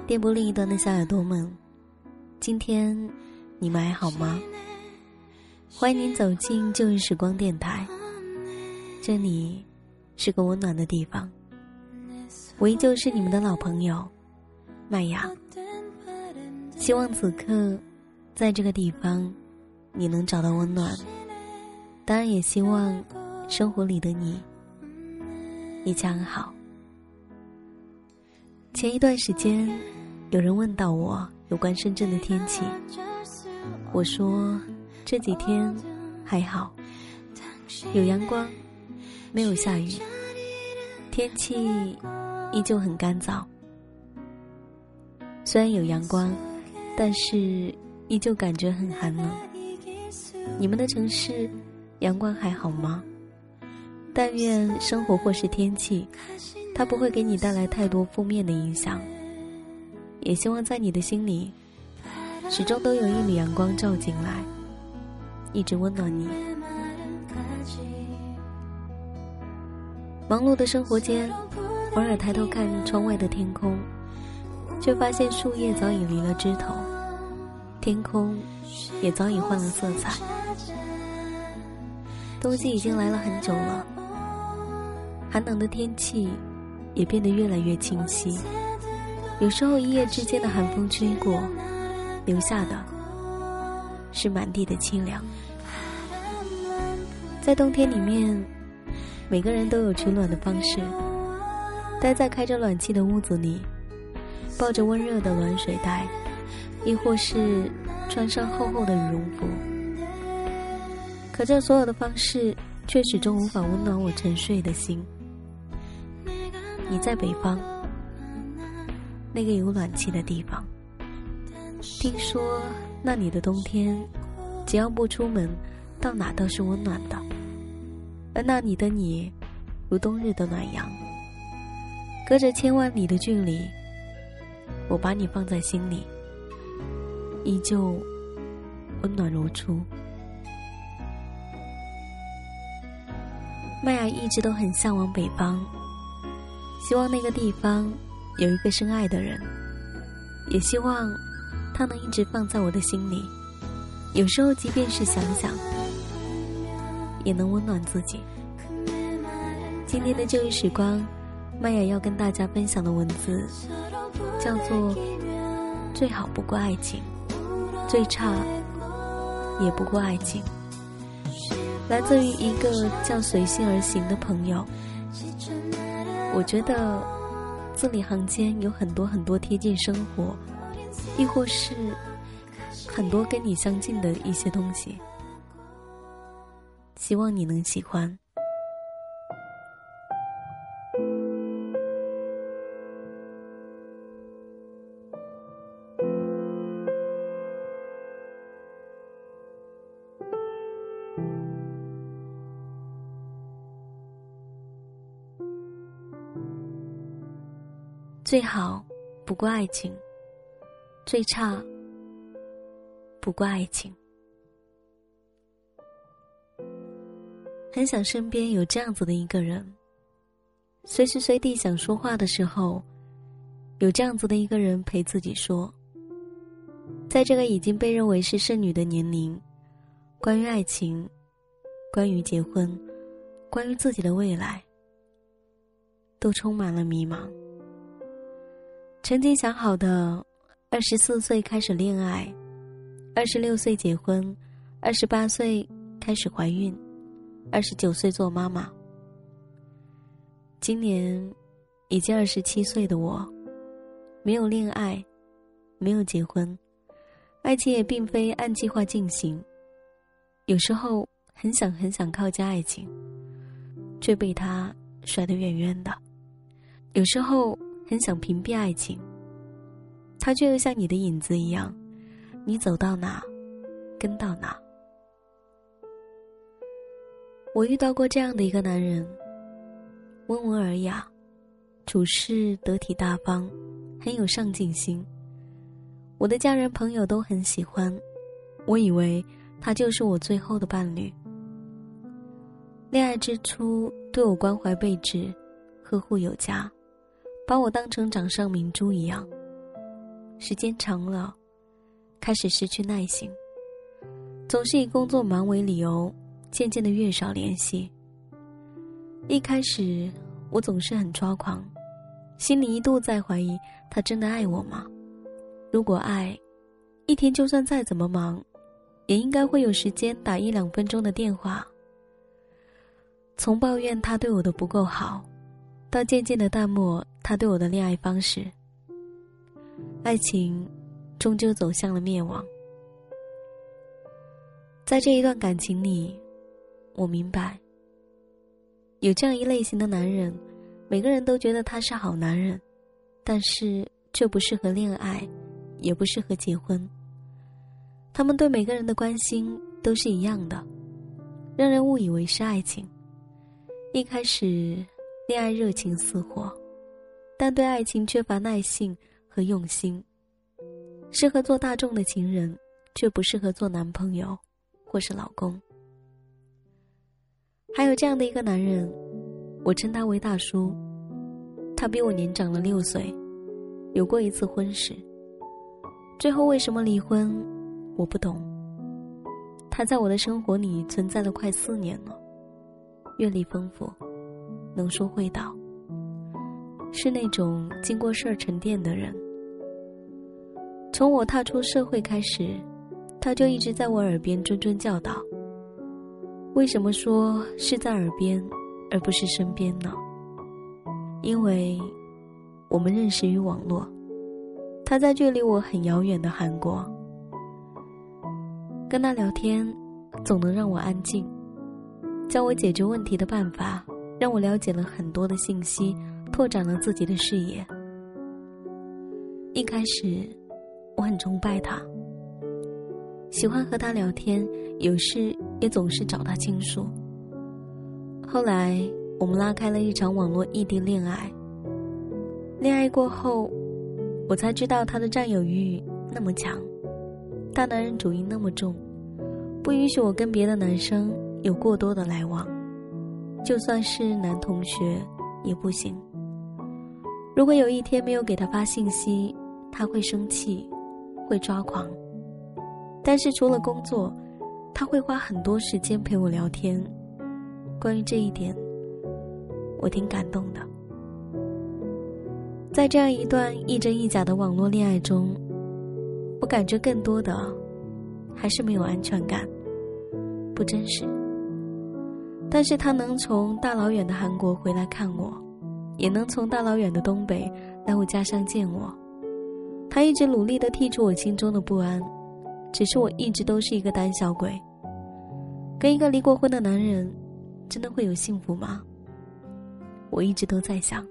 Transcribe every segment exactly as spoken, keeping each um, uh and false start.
电波另一端的小耳朵们，今天你们还好吗？欢迎您走进旧日时光电台，这里是个温暖的地方。我依旧是你们的老朋友麦雅，希望此刻在这个地方你能找到温暖，当然也希望生活里的你一切安好。前一段时间有人问到我有关深圳的天气，我说这几天还好，有阳光，没有下雨，天气依旧很干燥。虽然有阳光，但是依旧感觉很寒冷。你们的城市阳光还好吗？但愿生活或是天气，它不会给你带来太多负面的影响，也希望在你的心里始终都有一缕阳光照进来，一直温暖你。忙碌的生活间，偶尔抬头看窗外的天空，却发现树叶早已离了枝头，天空也早已换了色彩。冬季已经来了很久了，寒冷的天气也变得越来越清晰。有时候一夜之间的寒风吹过，留下的是满地的清凉。在冬天里面，每个人都有取暖的方式，待在开着暖气的屋子里，抱着温热的暖水袋，亦或是穿上厚厚的羽绒服。可这所有的方式却始终无法温暖我沉睡的心。你在北方，那个有暖气的地方，听说那里的冬天只要不出门，到哪都是温暖的。而那里的你如冬日的暖阳，隔着千万里的距离，我把你放在心里，依旧温暖如初。麦雅一直都很向往北方，希望那个地方有一个深爱的人，也希望他能一直放在我的心里，有时候即便是想想也能温暖自己。今天的旧日时光，麦雅要跟大家分享的文字叫做最好不过爱情，最差也不过爱情，来自于一个叫随心而行的朋友。我觉得字里行间有很多很多贴近生活，亦或是很多跟你相近的一些东西，希望你能喜欢。最好不过爱情，最差不过爱情。很想身边有这样子的一个人，随时随地想说话的时候，有这样子的一个人陪自己说。在这个已经被认为是剩女的年龄，关于爱情，关于结婚，关于自己的未来，都充满了迷茫。曾经想好的二十四岁开始恋爱，二十六岁结婚，二十八岁开始怀孕，二十九岁做妈妈。今年已经二十七岁的我，没有恋爱，没有结婚，爱情也并非按计划进行。有时候很想很想靠近爱情，却被它甩得远远的。有时候很想屏蔽爱情，它却又像你的影子一样，你走到哪跟到哪。我遇到过这样的一个男人，温文尔雅，处事得体大方，很有上进心。我的家人朋友都很喜欢，我以为他就是我最后的伴侣。恋爱之初对我关怀备至，呵护有加，把我当成掌上明珠一样。 时间长了，开始失去耐心，总是以工作忙为理由，渐渐的越少联系。一开始我总是很抓狂，心里一度在怀疑他真的爱我吗？如果爱，一天就算再怎么忙，也应该会有时间打一两分钟的电话。从抱怨他对我的不够好，到渐渐的淡漠他对我的恋爱方式，爱情终究走向了灭亡。在这一段感情里，我明白，有这样一类型的男人，每个人都觉得他是好男人，但是却不适合恋爱，也不适合结婚。他们对每个人的关心都是一样的，让人误以为是爱情。一开始恋爱热情似火，但对爱情缺乏耐性和用心，适合做大众的情人，却不适合做男朋友或是老公。还有这样的一个男人，我称他为大叔，他比我年长了六岁，有过一次婚史，最后为什么离婚我不懂。他在我的生活里存在了快四年了，阅历丰富，能说会道，是那种经过事儿沉淀的人。从我踏出社会开始，他就一直在我耳边谆谆教导。为什么说是在耳边而不是身边呢？因为我们认识于网络，他在距离我很遥远的韩国。跟他聊天总能让我安静，教我解决问题的办法，让我了解了很多的信息，拓展了自己的视野。一开始我很崇拜他，喜欢和他聊天，有事也总是找他倾诉。后来我们拉开了一场网络异地恋爱，恋爱过后我才知道他的占有欲那么强，大男人主义那么重，不允许我跟别的男生有过多的来往，就算是男同学也不行。如果有一天没有给他发信息，他会生气，会抓狂。但是除了工作，他会花很多时间陪我聊天。关于这一点，我挺感动的。在这样一段亦真亦假的网络恋爱中，我感觉更多的还是没有安全感，不真实。但是他能从大老远的韩国回来看我，也能从大老远的东北来我家乡见我。他一直努力地剔除我心中的不安，只是我一直都是一个胆小鬼。跟一个离过婚的男人真的会有幸福吗？我一直都在想。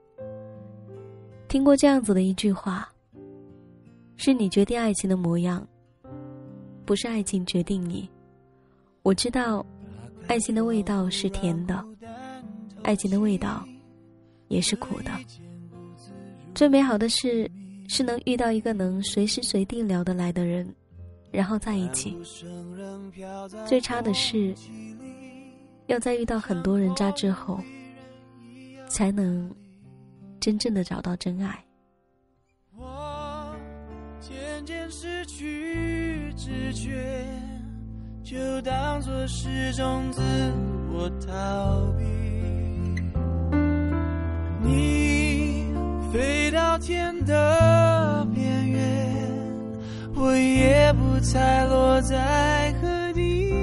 听过这样子的一句话，是你决定爱情的模样，不是爱情决定你。我知道爱情的味道是甜的，爱情的味道也是苦的。最美好的事是能遇到一个能随时随地聊得来的人，然后在一起。最差的是要在遇到很多人渣之后，才能真正的找到真爱。 我渐渐失去知觉，就当作是种自我逃避。你飞到天的边缘，我也不猜落在何地。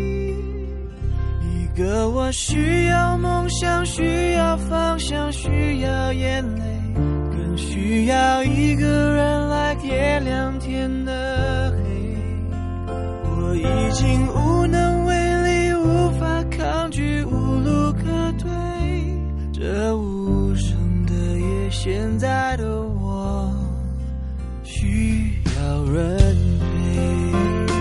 一个我需要梦想，需要方向，需要眼泪，更需要一个人来点亮天的黑。我已经无能为力，无法抗拒，无路可退。这无声的夜，现在的我需要人陪。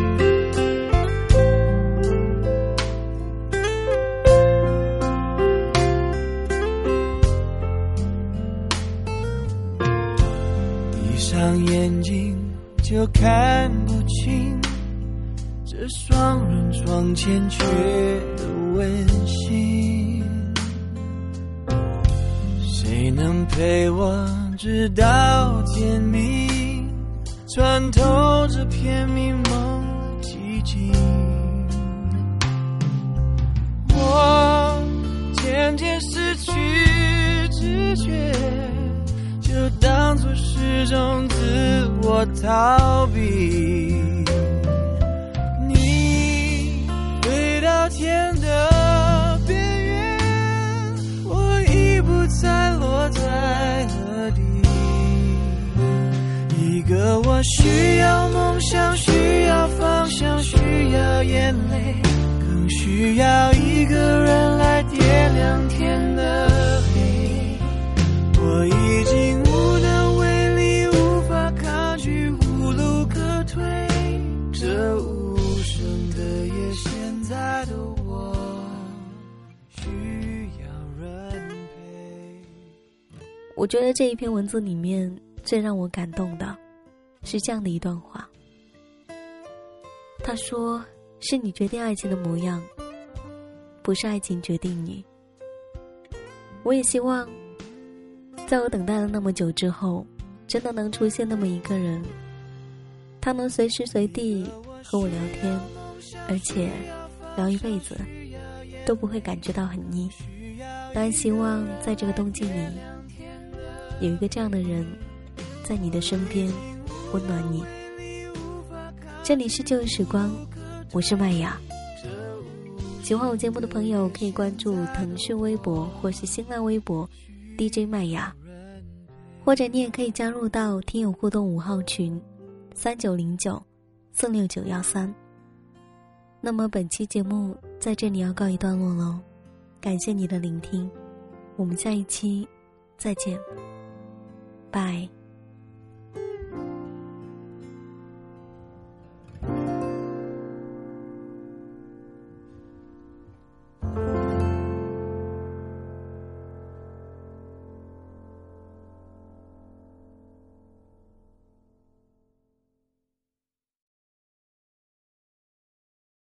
闭上眼睛就看不清这双人床欠缺的温馨，谁能陪我直到天明？ 穿透这片迷蒙的寂静。我渐渐失去知觉，就当作是种自我逃避。你飞到天的边缘，我已不再落在何地。一个我需要梦想，需要方向，需要眼泪，更需要一个人来点亮天的黑。我已经无能为力，无法抗拒，无路可退。这无声的夜，现在的我需要人陪。 我觉得这一篇文字里面最让我感动的是这样的一段话。他说，是你决定爱情的模样，不是爱情决定你。我也希望在我等待了那么久之后，真的能出现那么一个人，他能随时随地和我聊天，而且聊一辈子都不会感觉到很腻。当然希望在这个冬季里有一个这样的人在你的身边温暖你。这里是旧日时光，我是麦雅。喜欢我节目的朋友可以关注腾讯微博或是新浪微博 D J 麦雅，或者你也可以加入到听友互动五号群三九零九四六九一三。那么本期节目在这里要告一段落喽，感谢你的聆听，我们下一期再见，拜。